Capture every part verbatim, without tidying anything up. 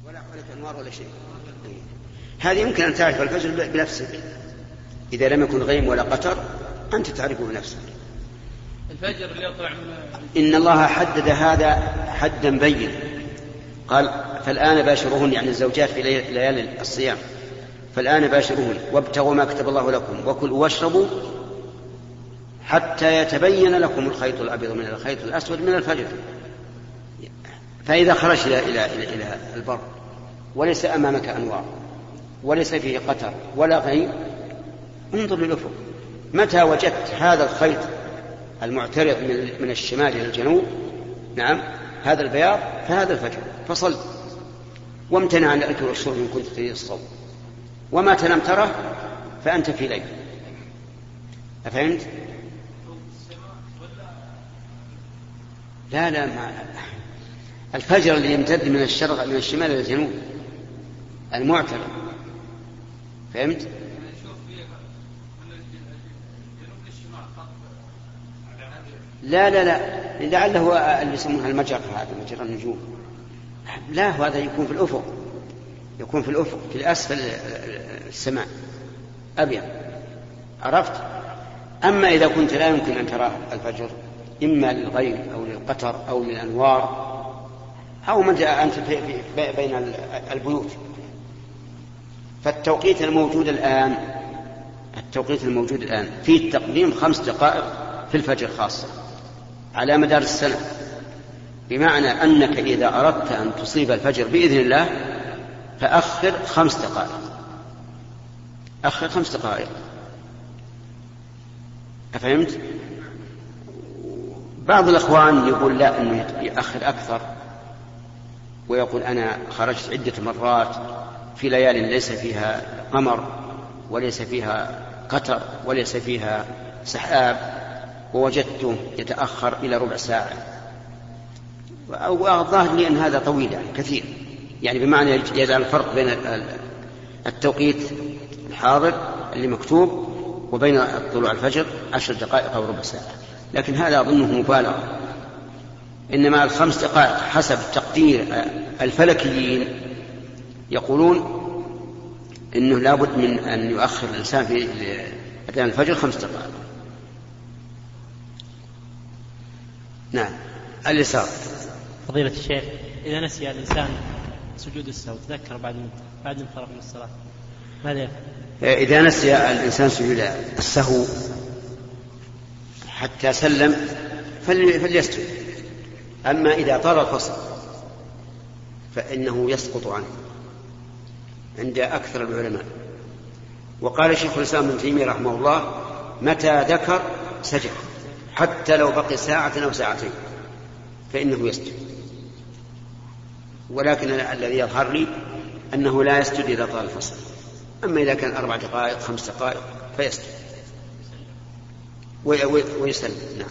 ولا حولك أنوار ولا شيء. هذه يمكن أن تعرف الفجر بنفسك إذا لم يكن غيم ولا قطر، أنت تعرفه بنفسك. الفجر اللي يطلع من إن الله حدد هذا حدا بين، قال فالآن باشروهن، يعني الزوجات في ليالي الصيام، فالآن باشروهن وابتغوا ما كتب الله لكم وكلوا واشربوا حتى يتبين لكم الخيط الأبيض من الخيط الأسود من الفجر. فإذا خرج إلى, إلى, إلى, إلى البر وليس أمامك أنوار وليس فيه قطر ولا غيم، انظر للأفق، متى وجدت هذا الخيط المعترض من الشمال إلى الجنوب، نعم هذا البياض، فهذا الفجر، فصل وامتنع عن الأكل والشرب إن كنت تريد الصوم، وما لم تره فأنت في ليل. أفهمت؟ لا لا ما الفجر اللي يمتد من الشرق من الشمال إلى الجنوب المعترض، فهمت؟ لا لا لا لعله اللي يسمونها المجر، هذا مجرى النجوم، لا هذا يكون في الأفق، يكون في الأفق في الأسفل السماء أبيض، عرفت؟ أما إذا كنت لا يمكن أن تراه الفجر إما للغيم أو للقطر أو للأنوار أو من أنت بين البيوت، فالتوقيت الموجود الآن التوقيت الموجود الآن فيه تقديم خمس دقائق في الفجر خاصة على مدار السنة، بمعنى أنك إذا أردت أن تصيب الفجر بإذن الله فأخر خمس دقائق، أخر خمس دقائق. أفهمت؟ بعض الأخوان يقول لا، أنه يأخر أكثر، ويقول أنا خرجت عدة مرات في ليال ليس فيها قمر وليس فيها قطر وليس فيها سحاب ووجدته يتأخر إلى ربع ساعة، والظاهر لي أن هذا طويل يعني كثير، يعني بمعنى يجعل الفرق بين التوقيت الحاضر اللي مكتوب وبين طلوع الفجر عشر دقائق أو ربع ساعة، لكن هذا أظنه مبالغة، إنما الخمس دقائق حسب تقدير الفلكيين يقولون إنه لابد من أن يؤخر الإنسان في أذان الفجر خمس دقائق. نعم. اليسار. فضيلة الشيخ، إذا نسي الإنسان سجود السهو تذكر بعد بعد انصراف من الصلاة ماذا يفعل؟ إذا نسي الإنسان سجود السهو حتى سلم فليسجد، أما إذا طال الفصل فإنه يسقط عنه عند أكثر العلماء. وقال شيخ الإسلام ابن تيمية رحمه الله متى ذكر سجد حتى لو بقي ساعة أو ساعتين فإنه يسجد، ولكن الذي يظهر لي أنه لا يسجد إذا طال الفصل، أما إذا كان أربع دقائق خمس دقائق فيسجد ويسلم. نعم.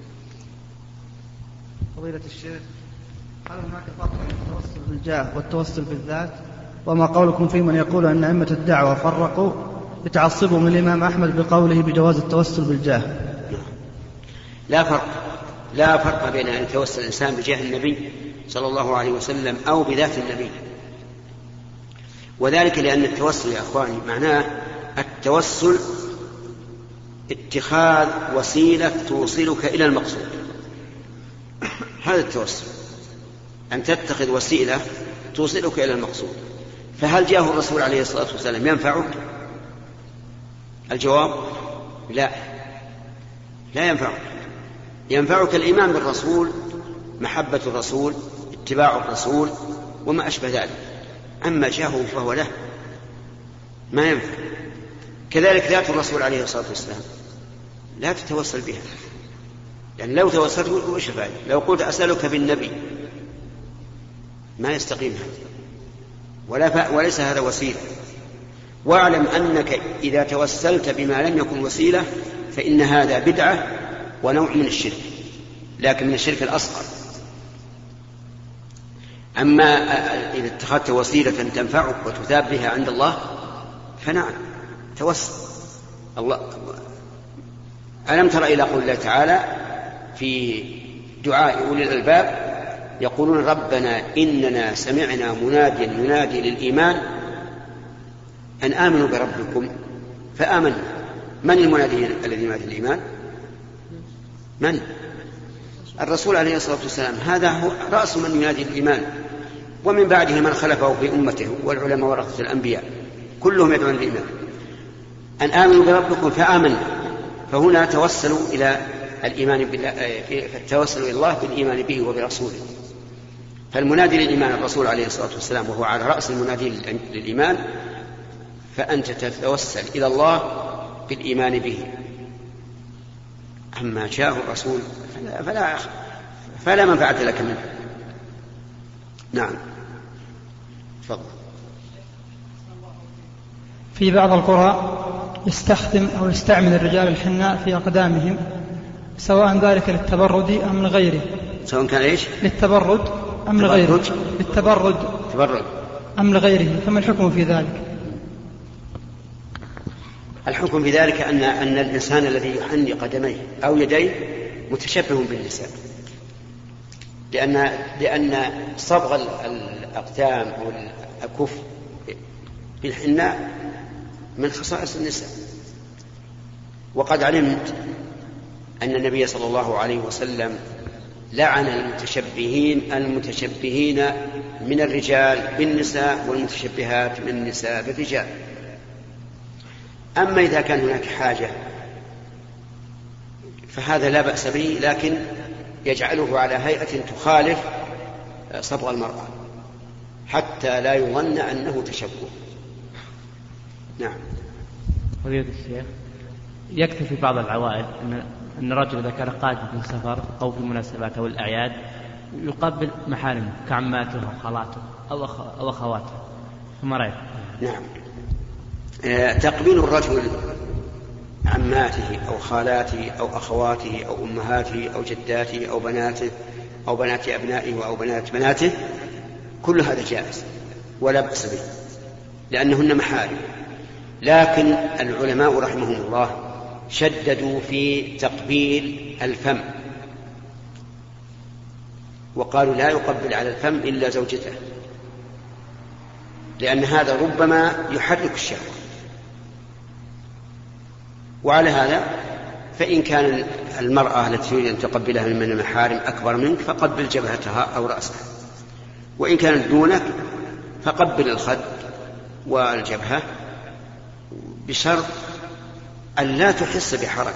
فضيلة الشيخ، هل هناك فرق بين التوسل بالجاه والتوسل بالذات؟ وما قولكم في من يقول أن أئمة الدعوة فرقوا بتعصبهم الإمام أحمد بقوله بجواز التوسل بالجاه؟ لا فرق لا فرق بين أن يتوسل الإنسان بجاه النبي صلى الله عليه وسلم أو بذات النبي، وذلك لأن التوسل يا أخواني معناه التوسل اتخاذ وسيلة توصلك إلى المقصود، هذا التوسل، أن تتخذ وسيلة توصلك إلى المقصود. فهل جاءه الرسول عليه الصلاة والسلام ينفعك؟ الجواب لا، لا ينفعك. ينفعك الإيمان بالرسول، محبة الرسول، اتباع الرسول وما أشبه ذلك، أما جاءه فهو له ما ينفع. كذلك ذات الرسول عليه الصلاة والسلام لا تتوسل بها، يعني لو توسلت وش فعل؟ لو قلت أسألك بالنبي ما يستقيم هذا، ولا وليس هذا وسيلة. واعلم أنك إذا توسلت بما لم يكن وسيلة فإن هذا بدعة ونوع من الشرك، لكن من الشرك الأصغر. أما إذا اتخذت وسيلة تنفعك وتثاب بها عند الله فنعم توسل. الله ألم تر إلى قول الله تعالى في دعاء أولي الألباب يقولون ربنا إننا سمعنا مناديا ينادي للإيمان أن آمنوا بربكم فآمنا. من المنادي الذي ينادي الإيمان؟ من؟ الرسول عليه الصلاة والسلام، هذا هو رأس من ينادي الإيمان، ومن بعده من خلفه في أمته والعلماء ورثة الأنبياء كلهم يدعون الإيمان. أن آمنوا بربكم فآمنا، فهنا توسلوا إلى الإيمان بالله، توسلوا إلى الله بالإيمان به وبرسوله. فالمنادي للإيمان الرسول عليه الصلاة والسلام، وهو على رأس المنادي للإيمان، فأنت تتوسل إلى الله بالإيمان به. أما جاء الرسول فلا, فلا, فلا منفعة لك منه. نعم تفضل. في بعض القرى يستخدم أو يستعمل الرجال الحناء في أقدامهم، سواء ذلك للتبرد أم لغيره. سواء كان إيش؟ للتبرد أم لغيره. للتبرد تبرد أم لغيره، فما الحكم في ذلك؟ الحكم في ذلك أن, أن الإنسان الذي يحني قدميه أو يديه متشبه بالنساء، لأن, لأن صبغ الأقدام أو الأكف بالحناء من خصائص النساء. وقد علمت أن النبي صلى الله عليه وسلم لعن المتشبهين المتشبهين من الرجال بالنساء والمتشبهات من النساء بالرجال. أما إذا كان هناك حاجة فهذا لا بأس به، لكن يجعله على هيئة تخالف صبغ المرأة حتى لا يظن أنه تشبه. نعم. فضيلة الشيخ، يكفي في بعض العوائل أن أن الرجل إذا كان قادم من سفر أو في المناسبات أو الأعياد يقبل محارمه كعماته أو خالاته أو, أخ... أو أخواته، فما رأيك؟ نعم. تقبيل الرجل عماته أو خالاته أو أخواته أو أمهاته أو جداته أو بناته أو بنات أبنائه أو بنات بناته، كل هذا جائز ولا بأس به لأنهن محارم. لكن العلماء رحمهم الله شددوا في تقبيل الفم، وقالوا لا يقبل على الفم إلا زوجته، لأن هذا ربما يحرك الشهوة. وعلى هذا فإن كان المرأة التي تريد أن تقبلها من المحارم أكبر منك فقبل جبهتها أو رأسها، وإن كانت دونك فقبل الخد والجبهة، بشرط أن لا تحس بحركة.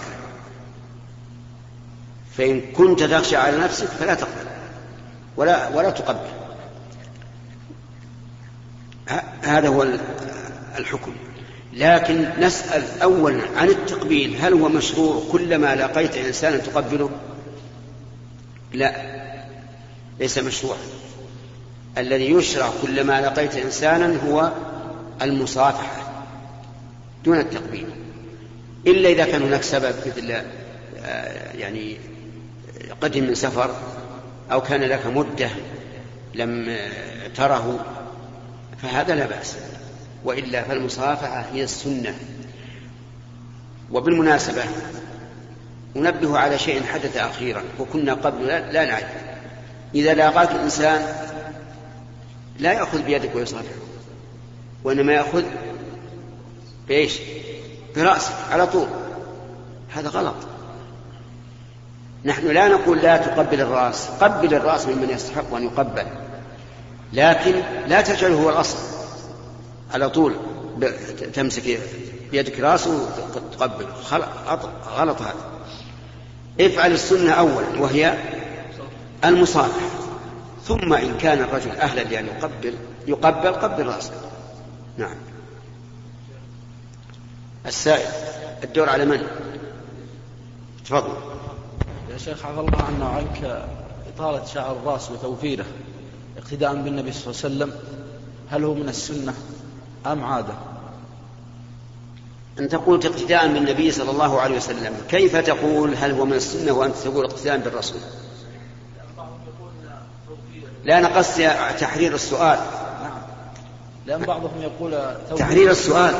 فإن كنت تخشى على نفسك فلا تقبل ولا, ولا تقبل. هذا هو الحكم. لكن نسأل أولا عن التقبيل، هل هو مشروع كلما لقيت إنسانا تقبله؟ لا، ليس مشروع. الذي يشرع كلما لقيت إنسانا هو المصافحة دون التقبيل، إلا إذا كان هناك سبب، مثل يعني قدم من سفر أو كان لك مدة لم تره، فهذا لا بأس، وإلا فالمصافحة هي السنة. وبالمناسبة أنبه على شيء حدث أخيرا وكنا قبل لا, لا نعرف. إذا لاقاك الإنسان لا يأخذ بيدك ويصافحه، وإنما يأخذ بإيش؟ برأسك على طول. هذا غلط. نحن لا نقول لا تقبل الرأس، قبل الرأس ممن يستحق أن يقبل، لكن لا تجعله هو الأصل على طول تمسك بيدك رأسه وتقبل. غلط هذا. افعل السنة أولا وهي المصافحة، ثم إن كان الرجل أهلا لأن يقبل يقبل قبل رأسه. نعم. السائل الدور على من؟ تفضل يا شيخ. عفى الله عنا وعنك، إطالة شعر الرأس وتوفيره اقتداء بالنبي صلى الله عليه وسلم، هل هو من السنة أم عادة؟ أن تقول اقتداء بالنبي صلى الله عليه وسلم، كيف تقول هل هو من السنة وأنت تقول اقتداء بالرسول؟ لا، نقص تحرير السؤال. نعم، لأن بعضهم يقول تحرير السؤال.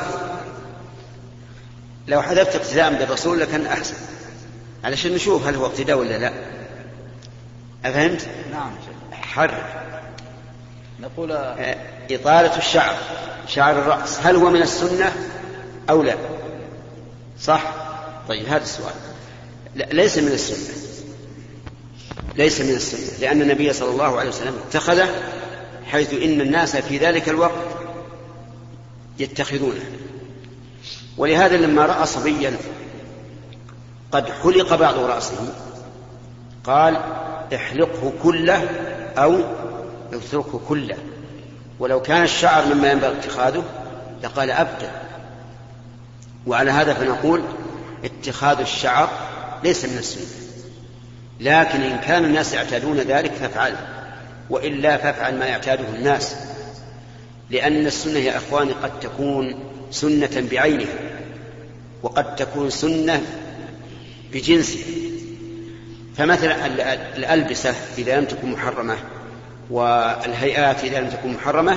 لو حذفت اقتداء بالرسول لكان أحسن، علشان نشوف هل هو اقتداء ولا لا. أفهمت؟ نعم شيخ. حرر. نقول إطالة الشعر، شعر الرأس، هل هو من السنة أو لا؟ صح؟ طيب هذا السؤال. لا، ليس من السنة، ليس من السنة، لأن النبي صلى الله عليه وسلم اتخذه، حيث إن الناس في ذلك الوقت يتخذونه. ولهذا لما رأى صبيا قد حلق بعض رأسه قال احلقه كله أو اتركه كله، ولو كان الشعر مما ينبغي اتخاذه لقال أبدا. وعلى هذا فنقول اتخاذ الشعر ليس من السنة، لكن إن كان الناس يعتادون ذلك فافعل، وإلا فافعل ما يعتاده الناس، لأن السنة يا أخواني قد تكون سنة بعينها، وقد تكون سنة بجنسها. فمثلا الألبسة إذا لم تكن محرمة والهيئات إذا لم تكن محرمة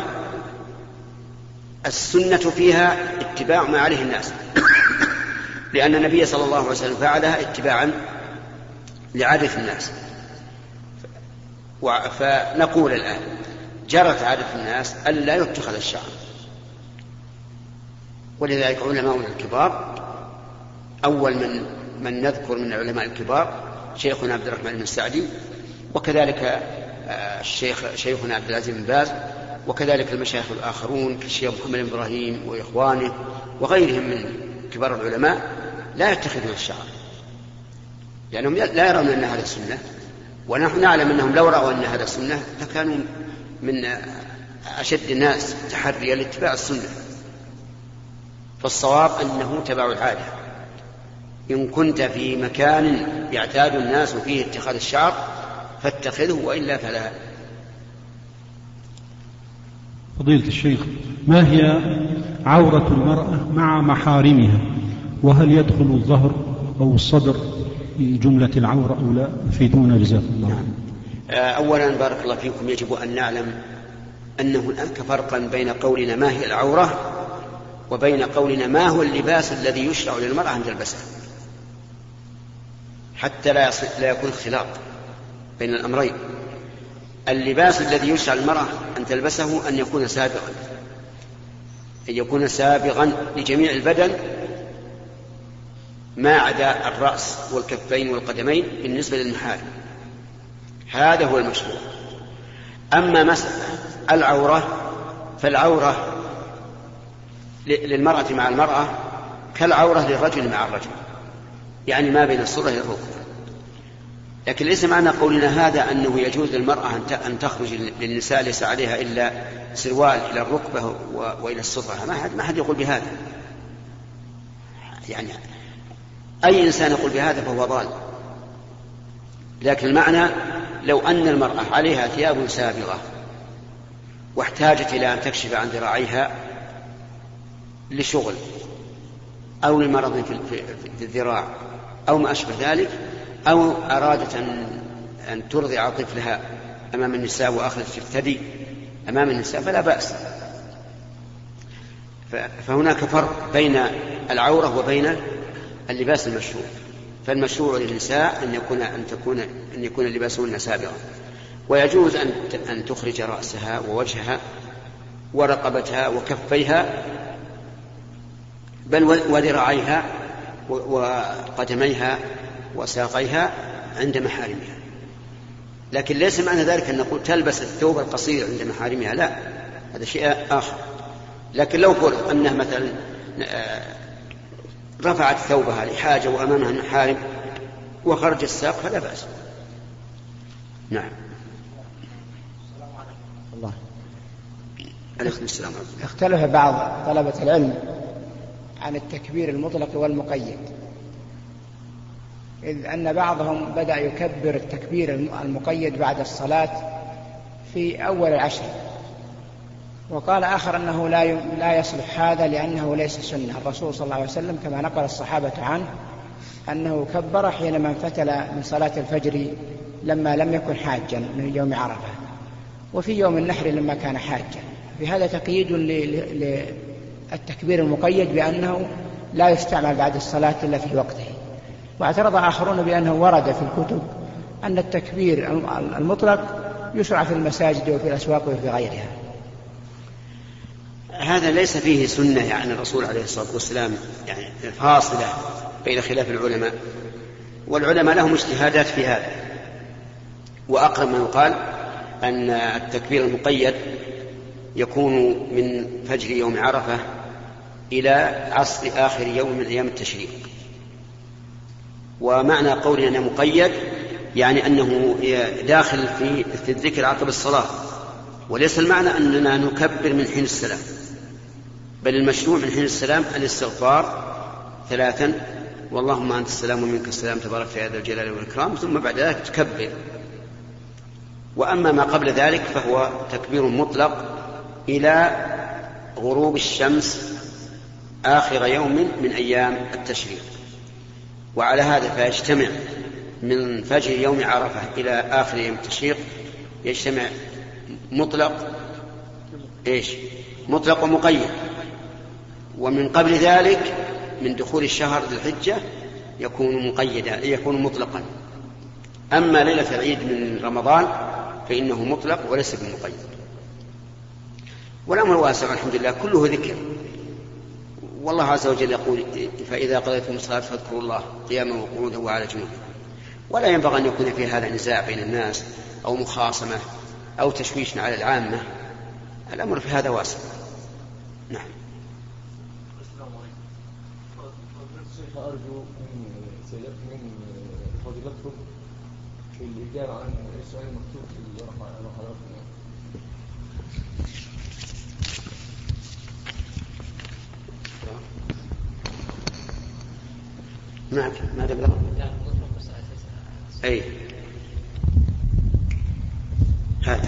السنة فيها اتباع ما عليه الناس، لأن النبي صلى الله عليه وسلم فعلها اتباعا لعادة الناس. فنقول الآن جرت عادة الناس ألا يتخذ الشعر، ولذلك علماؤنا الكبار أول من من نذكر من العلماء الكبار شيخنا عبد الرحمن بن السعدي، وكذلك الشيخ شيخنا عبد العزيز بن باز، وكذلك المشايخ الآخرون كالشيخ محمد بن إبراهيم وإخوانه وغيرهم من كبار العلماء لا يتخذون الشعر، لأنهم لا يرون أن هذا السنة، ونحن نعلم أنهم لو رأوا أن هذا السنة لكانوا من أشد الناس تحريا لاتباع السنة. فالصواب أنه تبع العادة، إن كنت في مكان يعتاد الناس فيه اتخاذ الشعر فاتخذه، وإلا فلا. فضيلة الشيخ، ما هي عورة المرأة مع محارمها؟ وهل يدخل الظهر أو الصدر في جملة العورة أو لا؟ أفيدونا جزاكم الله. أولا بارك الله فيكم، يجب أن نعلم أن هناك فرقا بين قولنا ما هي العورة وبين قولنا ما هو اللباس الذي يشرع للمرأة أن تلبسه، حتى لا, لا يكون اختلاط بين الأمرين. اللباس الذي يشرع للمرأة أن تلبسه أن يكون سابغا، أن يكون سابغا لجميع البدن ما عدا الرأس والكفين والقدمين بالنسبة للمحارم، هذا هو المشروع. أما مسألة العورة فالعورة للمرأة مع المرأة كالعورة للرجل مع الرجل، يعني ما بين السرة للركبة. لكن ليس معنى قولنا هذا أنه يجوز للمرأة أن تخرج للنساء ليس عليها إلا سروال إلى الركبة وإلى السرة، ما حد ما حد يقول بهذا، يعني أي إنسان يقول بهذا فهو ضال. لكن المعنى لو أن المرأة عليها ثياب سابغة واحتاجت إلى أن تكشف عن ذراعيها لشغل أو لمرض في الذراع أو ما أشبه ذلك، أو أرادت أن ترضع طفلها أمام النساء وأخذت في الثدي أمام النساء فلا بأس. فهناك فرق بين العورة وبين اللباس المشروع. فالمشروع للنساء أن يكون أن تكون أن يكون لباسهن سابغا، ويجوز أن أن تخرج رأسها ووجهها ورقبتها وكفيها بل وذراعيها وقدميها وساقيها عند محارمها. لكن ليس معنى ذلك أن نقول تلبس الثوب القصير عند محارمها، لا، هذا شيء آخر. لكن لو فرض أنها مثلا رفعت ثوبها لحاجة وأمامها المحارم وخرج الساق فلا بأس. نعم. الله. عليكم السلام. اختلف بعض طلبة العلم عن التكبير المطلق والمقيد، إذ أن بعضهم بدأ يكبر التكبير المقيد بعد الصلاة في أول العشر، وقال آخر أنه لا لا يصلح هذا لأنه ليس سنة. الرسول صلى الله عليه وسلم كما نقل الصحابة عنه أنه كبر حينما انفتل من صلاة الفجر لما لم يكن حاجا من يوم عرفة، وفي يوم النحر لما كان حاجا. في هذا تقييد للتكبير المقيد بأنه لا يستعمل بعد الصلاة إلا في وقته. واعترض آخرون بأنه ورد في الكتب أن التكبير المطلق يشرع في المساجد وفي الأسواق وفي غيرها. هذا ليس فيه سنة يعني الرسول عليه الصلاة والسلام يعني فاصلة بين خلاف العلماء، والعلماء لهم اجتهادات في هذا. وأقرب ما يقال أن التكبير المقيد يكون من فجر يوم عرفة إلى عصر آخر يوم من أيام التشريق. ومعنى قولنا أنه مقيد يعني أنه داخل في في الذكر عقب الصلاة، وليس المعنى أننا نكبر من حين السلام، بل المشروع من حين السلام الاستغفار ثلاثا واللهم أنت السلام ومنك السلام تبارك في هذا الجلال والإكرام، ثم بعد ذلك تكبر. وأما ما قبل ذلك فهو تكبير مطلق إلى غروب الشمس آخر يوم من أيام التشريق. وعلى هذا فيجتمع من فجر يوم عرفة إلى آخر يوم التشريق يجتمع مطلق إيش؟ مطلق ومقيد. ومن قبل ذلك من دخول الشهر ذي الحجة يكون مقيدا يكون مطلقا. أما ليلة العيد من رمضان فإنه مطلق وليس بمقيد. والأمر واسع الحمد لله كله ذكر. والله عز وجل يقول فإذا قضيتم الصلاة فاذكروا الله قياما وقعودا وعلى جنوبكم. ولا ينبغي أن يكون في هذا نزاع بين الناس أو مخاصمة أو تشويش على العامة. الأمر في هذا واسع. نعم. أرجو من سيدتكم من فضيلتكم في الإجابة عن السؤال المكتوب في الورقة على حضراتكم. معك ما تبلغ؟ أي هذا.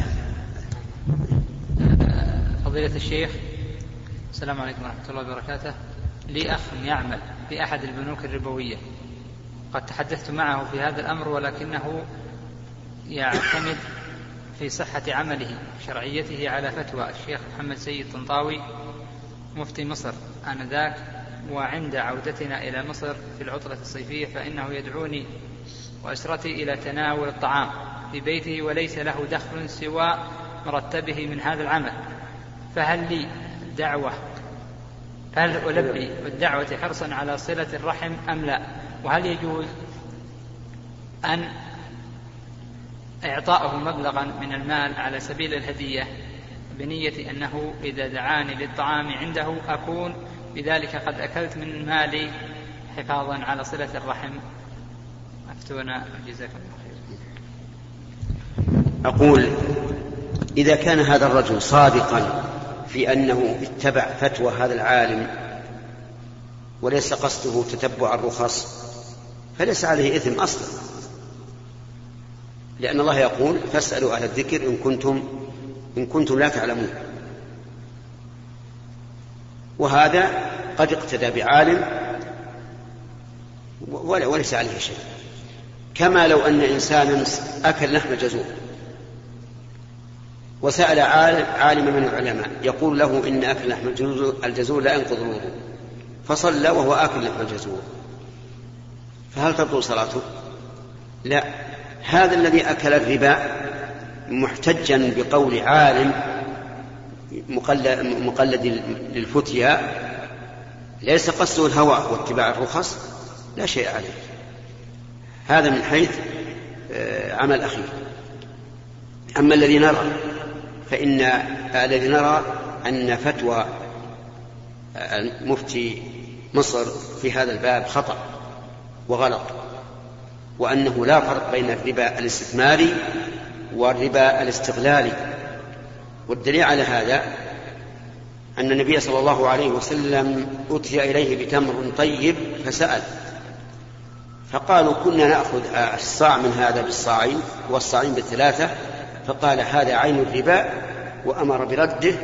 فضيلة الشيخ السلام عليكم ورحمة الله وبركاته. لي أخ يعمل في أحد البنوك الربوية، قد تحدثت معه في هذا الأمر ولكنه يعتمد في صحة عمله شرعيته على فتوى الشيخ محمد سيد طنطاوي مفتي مصر آنذاك. وعند عودتنا إلى مصر في العطلة الصيفية فإنه يدعوني وأسرتي إلى تناول الطعام في بيته وليس له دخل سوى مرتبه من هذا العمل، فهل لي دعوة هل ألبي بالدعوة حرصا على صلة الرحم أم لا؟ وهل يجوز أن إعطاءه مبلغا من المال على سبيل الهدية بنية أنه إذا دعاني للطعام عنده أكون بذلك قد أكلت من مالي حفاظا على صلة الرحم؟ أفتونا جزاكم الله خير. أقول إذا كان هذا الرجل صادقا في أنه اتبع فتوى هذا العالم وليس قصده تتبع الرخص فليس عليه إثم أصلا، لأن الله يقول فاسألوا أهل الذكر إن كنتم إن كنتم لا تعلمون. وهذا قد اقتدى بعالم وليس عليه شيء. كما لو أن إنسانا أكل لحم جزور وسأل عالم من العلماء يقول له إن أكل لحم الجزور لا ينقض الوضوء، فصلى وهو آكل لحم الجزور، فهل تبطل صلاته؟ لا. هذا الذي أكل الربا محتجا بقول عالم مقلد للفتيا ليس قصده الهوى واتباع الرخص لا شيء عليه. هذا من حيث عمل أخير. أما الذي نرى فإن الذي نرى أن فتوى مفتي مصر في هذا الباب خطأ وغلط، وأنه لا فرق بين الربا الاستثماري والربا الاستغلالي. والدليل على هذا أن النبي صلى الله عليه وسلم أتي إليه بتمر طيب فسأل، فقالوا كنا نأخذ الصاع من هذا بالصاعين والصاعين بالثلاثة، فقال هذا عين الربا وأمر برده.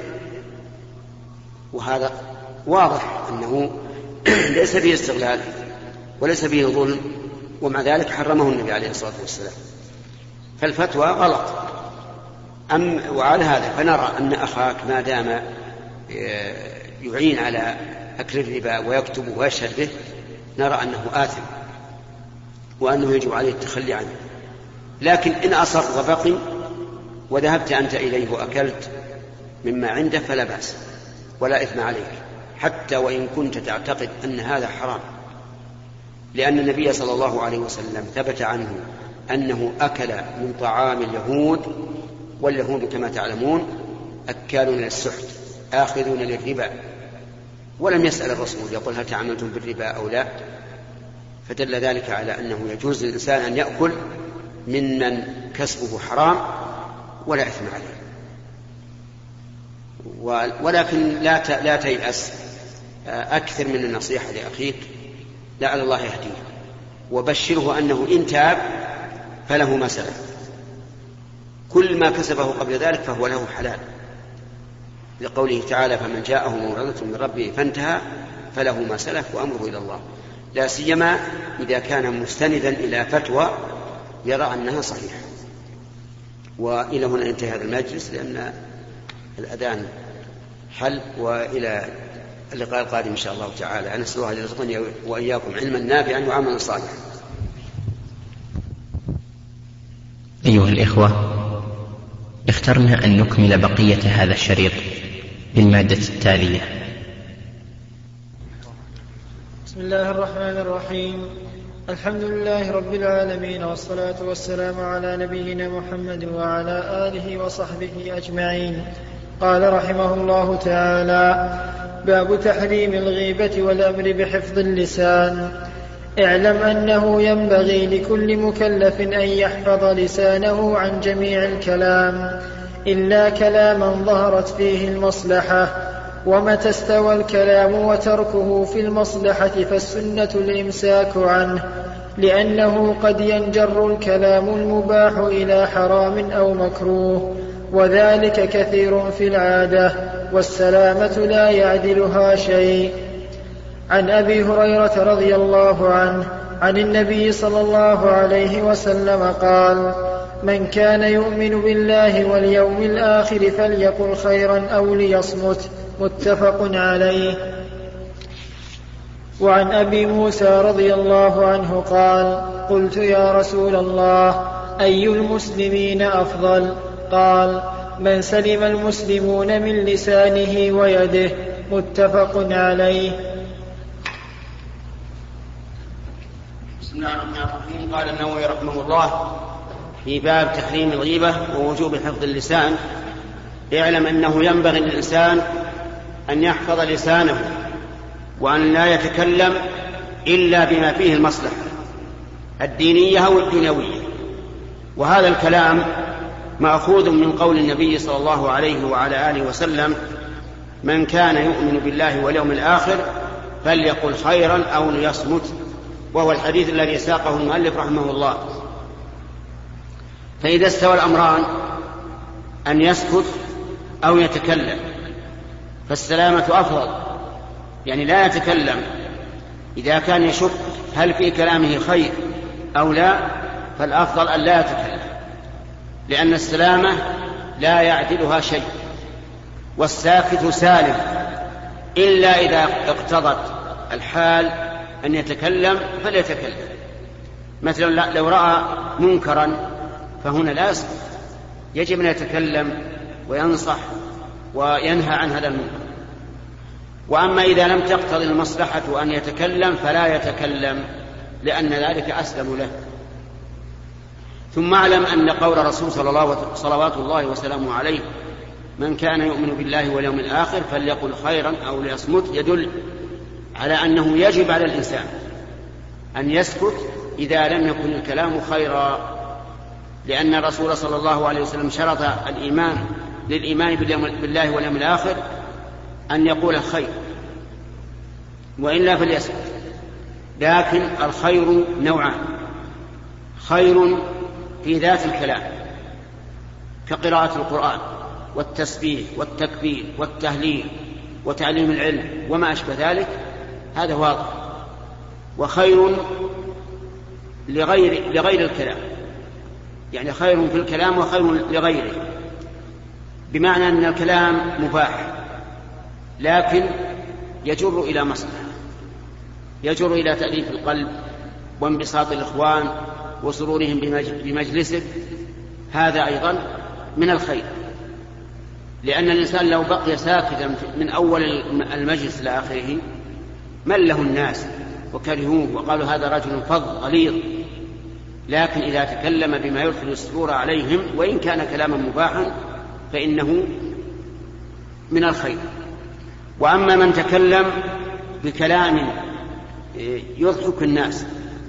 وهذا واضح أنه ليس فيه استغلال وليس فيه ظلم، ومع ذلك حرمه النبي عليه الصلاة والسلام. فالفتوى غلط. أم وعلى هذا فنرى أن أخاك ما دام يعين على أكل الربا ويكتب ويشهد به نرى أنه آثم وأنه يجب عليه التخلي عنه. لكن إن أصر وبقي وذهبت أنت إليه وأكلت مما عنده فلا بأس ولا إثم عليك، حتى وإن كنت تعتقد أن هذا حرام، لأن النبي صلى الله عليه وسلم ثبت عنه أنه أكل من طعام اليهود، واليهود كما تعلمون أكالون للسحت آخذون للربا، ولم يسأل الرسول يقول هل تعاملتم بالربا أو لا، فدل ذلك على أنه يجوز للإنسان أن يأكل ممن كسبه حرام ولا إثم عليه. ولكن لا لا تيأس، أكثر من النصيحة لأخيك لعل الله يهديه، وبشره أنه إن تاب فله ما سلف، كل ما كسبه قبل ذلك فهو له حلال، لقوله تعالى فمن جاءه موعظة من ربه فانتهى فله ما سلف وأمره إلى الله، لا سيما إذا كان مستندا إلى فتوى يرى أنها صحيحة. وإلى هنا انتهى هذا المجلس لأن الأذان حل، وإلى اللقاء القادم إن شاء الله تعالى. أنا أسأل الله أن يرزقني وإياكم علما نافعا وعملا صالحا. أيها الإخوة، اخترنا أن نكمل بقية هذا الشريط بالمادة التالية. بسم الله الرحمن الرحيم. الحمد لله رب العالمين، والصلاة والسلام على نبينا محمد وعلى آله وصحبه أجمعين. قال رحمه الله تعالى: باب تحريم الغيبة والأمر بحفظ اللسان. اعلم أنه ينبغي لكل مكلف أن يحفظ لسانه عن جميع الكلام إلا كلاما ظهرت فيه المصلحة، ومتى استوى الكلام وتركه في المصلحة فالسنة الإمساك عنه، لأنه قد ينجر الكلام المباح إلى حرام أو مكروه، وذلك كثير في العادة، والسلامة لا يعدلها شيء. عن أبي هريرة رضي الله عنه عن النبي صلى الله عليه وسلم قال: من كان يؤمن بالله واليوم الآخر فليقل خيرا أو ليصمت. متفق عليه. وعن أبي موسى رضي الله عنه قال: قلت يا رسول الله أي المسلمين أفضل؟ قال: من سلم المسلمون من لسانه ويده. متفق عليه. بسم الله الرحمن الرحيم. قال النووي رحمه الله في باب تحريم الغيبة ووجوب حفظ اللسان: اعلم أنه ينبغي للإنسان أن يحفظ لسانه وأن لا يتكلم إلا بما فيه المصلحة الدينية أو الدنيوية. وهذا الكلام مأخوذ من قول النبي صلى الله عليه وعلى آله وسلم: من كان يؤمن بالله واليوم الآخر فليقل خيرا أو ليصمت، وهو الحديث الذي ساقه المؤلف رحمه الله. فإذا استوى الأمران أن يسكت أو يتكلم فالسلامة أفضل، يعني لا يتكلم إذا كان يشك هل في كلامه خير أو لا، فالأفضل أن لا يتكلم، لأن السلامة لا يعدلها شيء، والساكت سالم إلا إذا اقتضت الحال أن يتكلم فليتكلم. مثلا لو رأى منكرا فهنا لا يسكت، يجب أن يتكلم وينصح وينهى عن هذا المنكر. وأما إذا لم تقتضي المصلحة أن يتكلم فلا يتكلم، لأن ذلك أسلم له. ثم اعلم أن قول الرسول صلى الله صلوات الله وسلامه عليه: من كان يؤمن بالله واليوم الآخر فليقل خيرا أو ليصمت، يدل على أنه يجب على الإنسان أن يسكت إذا لم يكن الكلام خيرا، لأن الرسول صلى الله عليه وسلم شرط الإيمان للإيمان بالله واليوم الآخر أن يقول الخير، وإلا فليسكت. لكن الخير نوعان: خير في ذات الكلام كقراءة القرآن والتسبيح والتكبير والتهليل وتعليم العلم وما أشبه ذلك، هذا واضح. وخير لغير, لغير الكلام، يعني خير في الكلام وخير لغيره، بمعنى أن الكلام مباح لكن يجر إلى مصلحة، يجر إلى تأليف القلب وانبساط الإخوان وسرورهم بمجلسه، هذا أيضا من الخير، لأن الإنسان لو بقي ساكتا من أول المجلس إلى آخره مله الناس وكرهوه وقالوا هذا رجل فظ غليظ، لكن إذا تكلم بما يدخل السرور عليهم وإن كان كلاما مباحا فإنه من الخير. وأما من تكلم بكلام يضحك الناس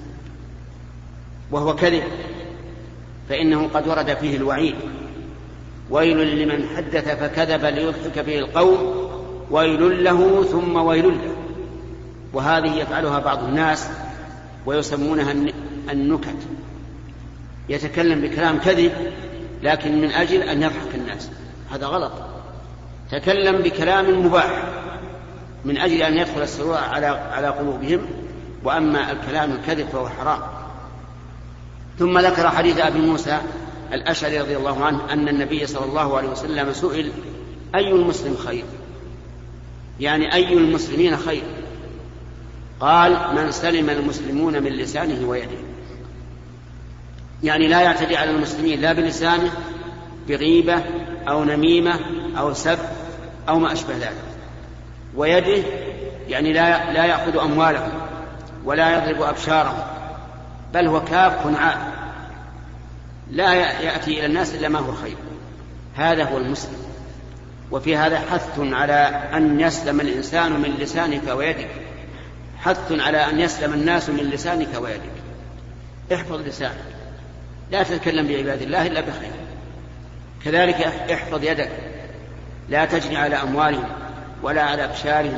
وهو كذب فإنه قد ورد فيه الوعيد: ويل لمن حدث فكذب ليضحك به القوم ويل له ثم ويل له. وهذه يفعلها بعض الناس ويسمونها النكت، يتكلم بكلام كذب لكن من أجل أن يضحك الناس، هذا غلط. تكلم بكلام مباح من أجل أن يدخل السرور على على قلوبهم، وأما الكلام الكذب فهو حرام. ثم ذكر حديث أبي موسى الأشعري رضي الله عنه أن النبي صلى الله عليه وسلم سئل: أي المسلم خير؟ يعني أي المسلمين خير؟ قال: من سلم المسلمون من لسانه ويده، يعني لا يعتدي على المسلمين لا بلسانه بغيبة أو نميمة أو سب أو ما أشبه ذلك، ويده يعني لا, لا يأخذ أموالهم ولا يضرب أبشارهم، بل هو كاف عاد لا يأتي إلى الناس إلا ما هو خير. هذا هو المسلم. وفي هذا حث على أن يسلم الإنسان من لسانك ويدك، حث على أن يسلم الناس من لسانك ويدك. احفظ لسانك، لا تتكلم بعباد الله إلا بخير. كذلك احفظ يدك، لا تجني على أموالهم ولا على أبشارهم،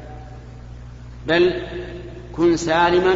بل كن سالما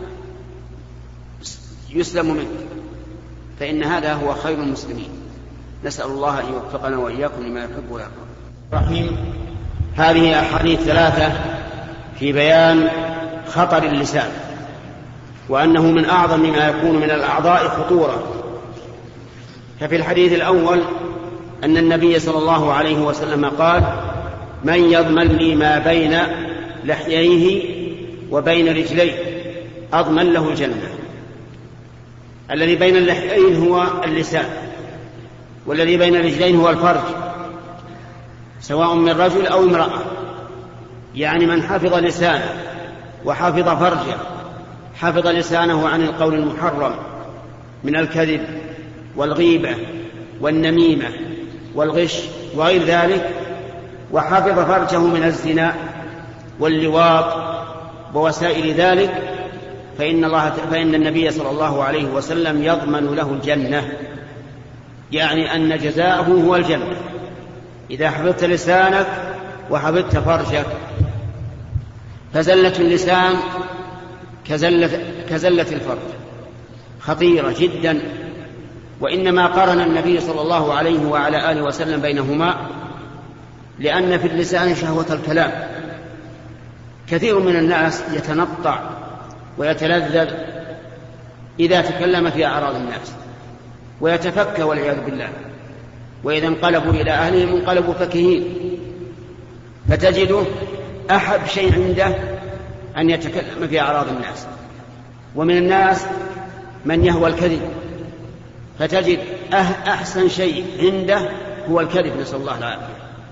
يسلم منك، فإن هذا هو خير المسلمين. نسأل الله أن يوفقنا وإياكم لما يحب ويرضى. رحيم. هذه أحاديث ثلاثة في بيان خطر اللسان، وأنه من أعظم ما يكون من الأعضاء خطورة. ففي الحديث الأول أن النبي صلى الله عليه وسلم قال: من يضمن لي ما بين لحييه وبين رجليه أضمن له الجنة. الذي بين اللحيين هو اللسان، والذي بين الرجلين هو الفرج، سواء من رجل أو امرأة. يعني من حفظ لسانه وحفظ فرجه، حفظ لسانه عن القول المحرم من الكذب والغيبة والنميمة والغش وغير ذلك، وحفظ فرجه من الزنا واللواط ووسائل ذلك، فإن, الله فإن النبي صلى الله عليه وسلم يضمن له الجنة، يعني أن جزاءه هو الجنة إذا حفظت لسانك وحفظت فرجك. فزلة اللسان كزلة, كزلة الفرج، خطيرة جدا. وإنما قارن النبي صلى الله عليه وعلى آله وسلم بينهما لأن في اللسان شهوة الكلام. كثير من الناس يتنطع ويتلذذ إذا تكلم في أعراض الناس ويتفكى والعياذ بالله، وإذا انقلبوا إلى أهلهم انقلبوا فكهين. فتجده أحب شيء عنده أن يتكلم في أعراض الناس. ومن الناس من يهوى الكذب، فتجد أحسن شيء عنده هو الكذب، نسأل الله العافية.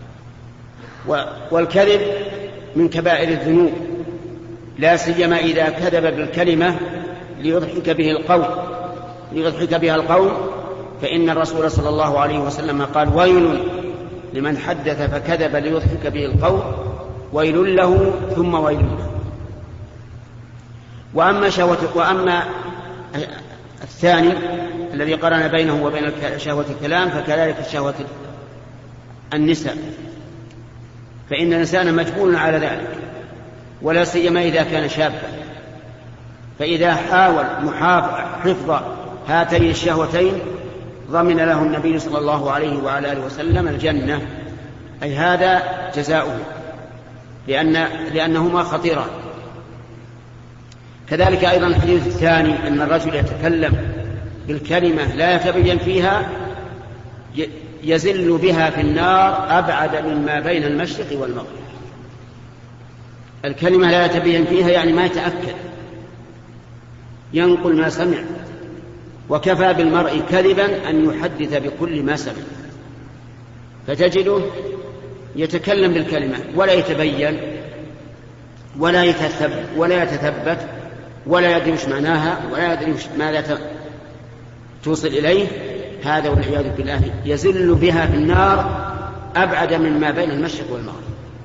والكذب من كبائر الذنوب، لا سيما إذا كذب بالكلمة ليضحك به القوم ليضحك بها القوم فإن الرسول صلى الله عليه وسلم قال: ويل لمن حدث فكذب ليضحك به القوم ويل له ثم ويل له. وأما, وأما الثاني الذي قرن بينه وبين شهوة الكلام فكذلك شهوة النساء، فإن الإنسان مجبول على ذلك، ولا سيما إذا كان شابا. فإذا حاول حفظ هاتين الشهوتين ضمن له النبي صلى الله عليه وعلى آله وسلم الجنة، أي هذا جزاؤه، لأن لأنهما خطيران. كذلك أيضا الحديث الثاني أن الرجل يتكلم بالكلمة لا يتبين فيها يزل بها في النار أبعد مما بين المشرق والمغرب. الكلمة لا يتبين فيها يعني ما يتأكد، ينقل ما سمع. وكفى بالمرء كذبا أن يحدث بكل ما سمع. فتجده يتكلم بالكلمة ولا يتبين ولا يتثبت ولا يتثبت ولا يدري وش معناها ولا يدري ماذا توصل إليه. هذا والعياذ بالله يزل بها في النار أبعد من ما بين المشرق والمغرب،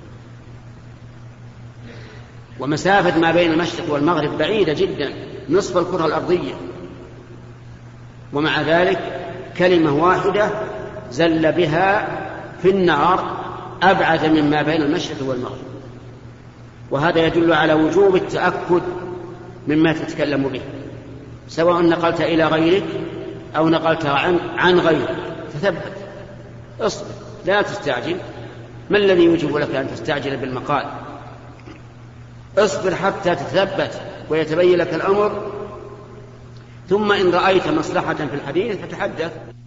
ومسافة ما بين المشرق والمغرب بعيدة جدا، نصف الكرة الأرضية، ومع ذلك كلمة واحدة زل بها في النار أبعد مما بين المشرق والمغرب. وهذا يدل على وجوب التأكد مما تتكلم به، سواء نقلت إلى غيرك أو نقلت عن, عن غيرك، تثبت، اصبر، لا تستعجل. ما الذي يوجب لك أن تستعجل بالمقال؟ اصبر حتى تتثبت ويتبين لك الأمر، ثم إن رأيت مصلحة في الحديث فتحدث.